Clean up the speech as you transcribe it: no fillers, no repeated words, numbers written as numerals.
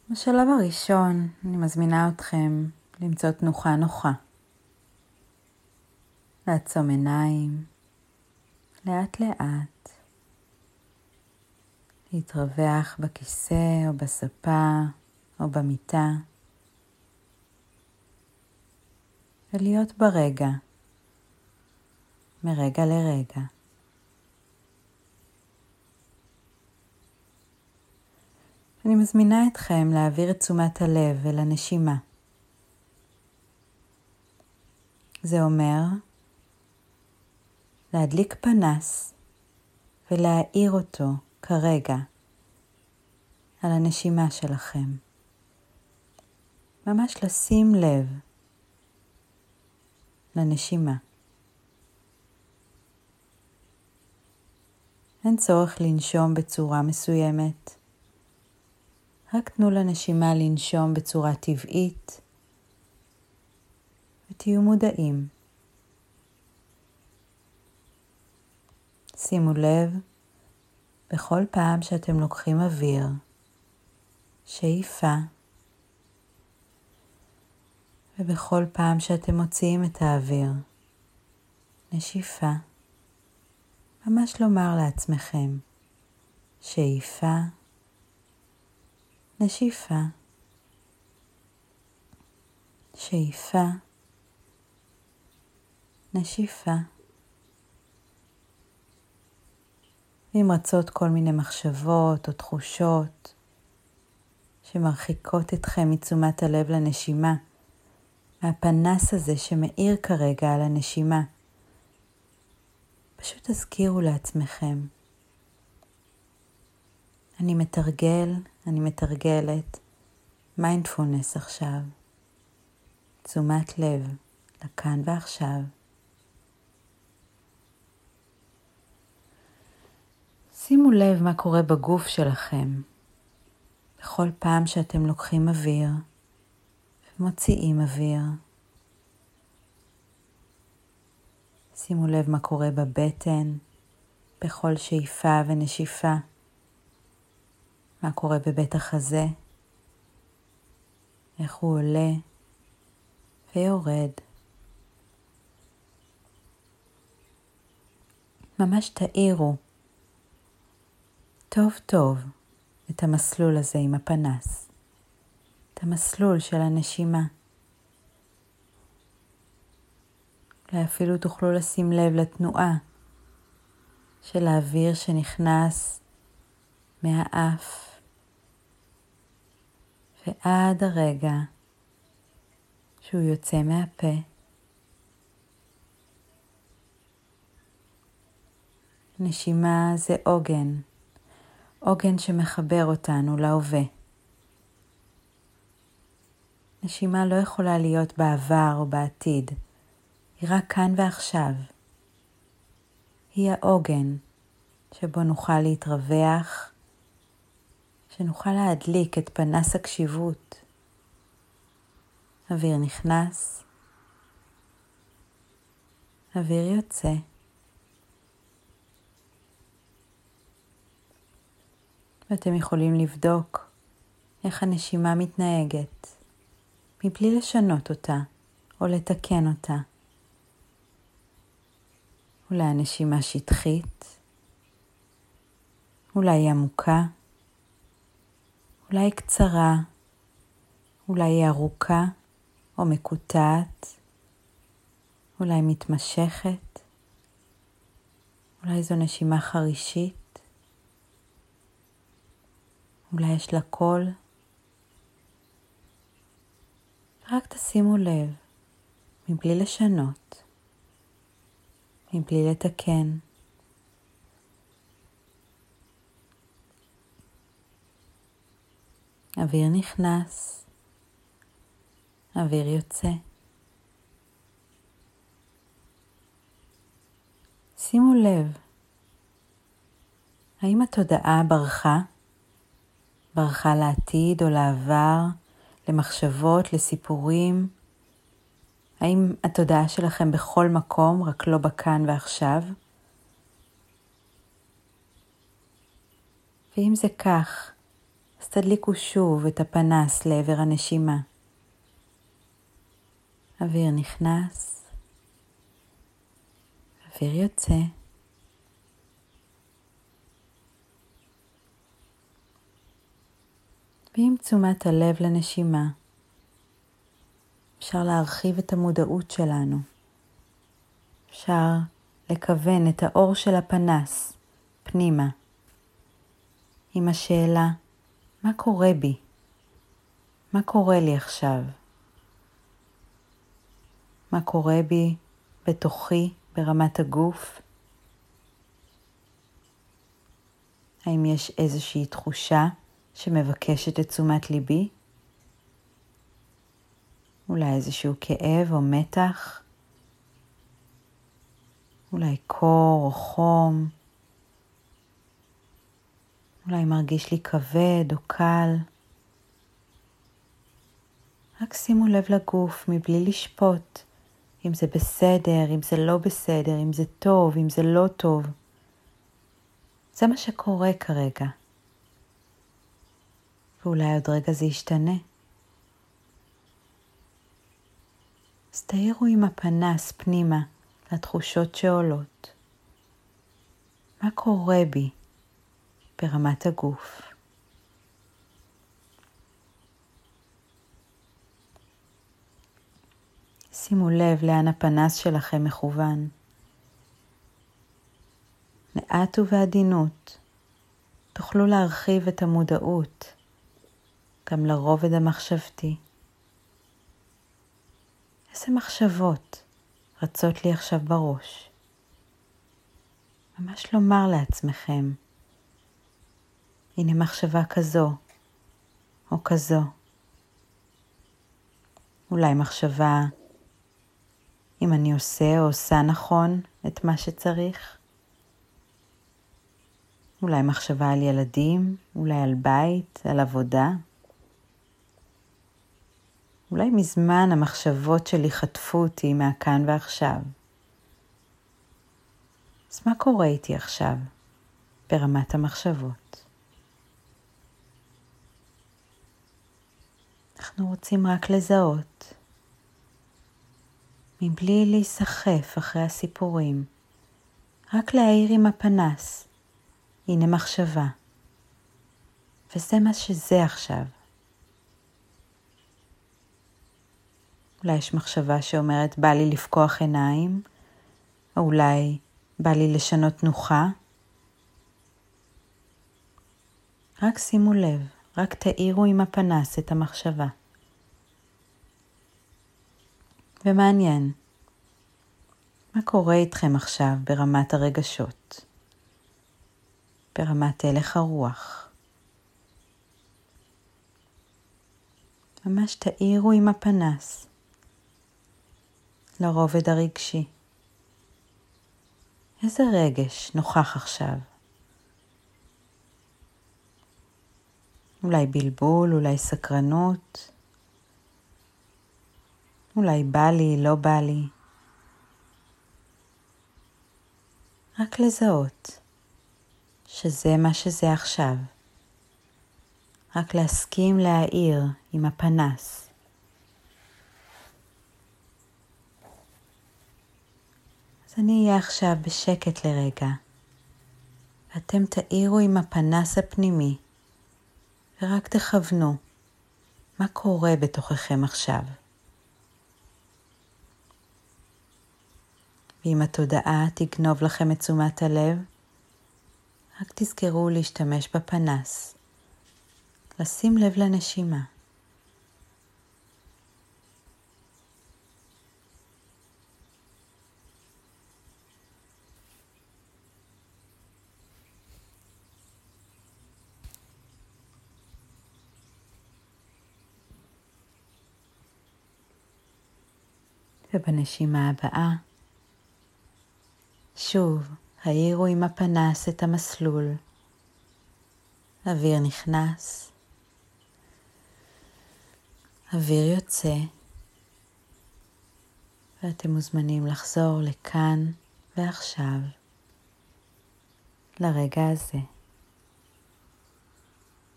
בשלב הראשון אני מזמינה אתכם למצוא תנוחה נוחה. לעצום עיניים, לאט לאט. להתרווח בכיסא או בספה או במיטה. ולהיות ברגע, מרגע לרגע. אני מזמינה אתכם להעביר את תשומת הלב אל הנשימה. זה אומר להדליק פנס ולהאיר אותו כרגע על הנשימה שלכם. ממש לשים לב לנשימה. אין צורך לנשום בצורה מסוימת. רק תנו לנשימה לנשום בצורה טבעית ותהיו מודעים. שימו לב בכל פעם שאתם לוקחים אוויר, שאיפה, ובכל פעם שאתם מוציאים את האוויר, נשיפה. ממש לומר לעצמכם, שאיפה, נשיפה, שאיפה, נשיפה. ואם רצות כל מיני מחשבות או תחושות שמרחיקות אתכם מתשומת הלב לנשימה, מהפנס הזה שמאיר כרגע על הנשימה, פשוט תזכירו לעצמכם. אני מתרגלת מיינדפולנס עכשיו. תשומת לב לכאן ועכשיו. שימו לב מה קורה בגוף שלכם. בכל פעם שאתם לוקחים אוויר ומוציאים אוויר. שימו לב מה קורה בבטן, בכל שאיפה ונשיפה. מה קורה בבית החזה, איך הוא עולה ויורד. ממש תאירו טוב טוב את המסלול הזה עם הפנס, את המסלול של הנשימה. אולי אפילו תוכלו לשים לב לתנועה של האוויר שנכנס מהאף ועד הרגע שהוא יוצא מהפה. נשימה זה עוגן שמחבר אותנו להווה. נשימה לא יכולה להיות בעבר או בעתיד, היא רק כאן ועכשיו. היא העוגן שבו נוכל להתרווח, שנוכל להדליק את פנס הקשיבות. אוויר נכנס, אוויר יוצא. ואתם יכולים לבדוק איך הנשימה מתנהגת, מבלי לשנות אותה או לתקן אותה. אולי הנשימה שטחית, אולי היא עמוקה, אולי היא קצרה, אולי היא ארוכה או מקוטעת, אולי מתמשכת, אולי זו נשימה חרישית, אולי יש לה קול. רק תשימו לב, מבלי לשנות, מבלי לתקן. אוויר נכנס, אוויר יוצא. שימו לב, האם התודעה ברחה לעתיד או לעבר, למחשבות, לסיפורים? האם התודעה שלכם בכל מקום, רק לא בכאן ועכשיו? ואם זה כך, אז תדליקו שוב את הפנס לעבר הנשימה. אוויר נכנס, אוויר יוצא. ועם תשומת הלב לנשימה, אפשר להרחיב את המודעות שלנו. אפשר לכוון את האור של הפנס פנימה, עם השאלה, מה קורה בי? מה קורה לי עכשיו? מה קורה בי בתוכי, ברמת הגוף? האם יש איזושהי תחושה שמבקשת את תשומת ליבי? אולי איזשהו כאב או מתח? אולי קור או חום? אולי מרגיש לי כבד או קל? רק שימו לב לגוף מבלי לשפוט, אם זה בסדר, אם זה לא בסדר, אם זה טוב, אם זה לא טוב. זה מה שקורה כרגע. ואולי עוד רגע זה ישתנה. אז תאירו עם הפנס פנימה לתחושות שעולות. מה קורה בי ברמת הגוף? שימו לב לאן הפנס שלכם מכוון. לאט ובעדינות תוכלו להרחיב את המודעות גם לרובד המחשבתי. איזה מחשבות רצות לי עכשיו בראש? ממש לומר לעצמכם, הנה מחשבה כזו או כזו. אולי מחשבה אם אני עושה או עושה נכון את מה שצריך. אולי מחשבה על ילדים, אולי על בית, על עבודה. אולי מזמן המחשבות שלי חטפו אותי מהכאן ועכשיו. אז מה קורה איתי עכשיו ברמת המחשבות? אנחנו רוצים רק לזהות, מבלי להיסחף אחרי הסיפורים, רק להאיר עם הפנס. הנה מחשבה, וזה מה שזה עכשיו. אולי יש מחשבה שאומרת בא לי לפקוח עיניים, או אולי בא לי לשנות תנוחה. רק שימו לב, רק תאירו עם הפנס את המחשבה. ומעניין, מה קורה איתכם עכשיו ברמת הרגשות? ברמת הלך הרוח. ממש תאירו עם הפנס לרובד הרגשי. איזה רגש נוכח עכשיו? אולי בלבול, אולי סקרנות, אולי בא לי, לא בא לי. רק לזהות שזה מה שזה עכשיו. רק להסכים להאיר עם הפנס. אז אני אהיה עכשיו בשקט לרגע, ואתם תאירו עם הפנס הפנימי, ורק תכוונו מה קורה בתוככם עכשיו. ואם התודעה תגנוב לכם את תשומת הלב, רק תזכרו להשתמש בפנס, לשים לב לנשימה. ובנשימה הבאה, שוב, האירו עם הפנס את המסלול. אוויר נכנס, אוויר יוצא, ואתם מוזמנים לחזור לכאן ועכשיו, לרגע הזה.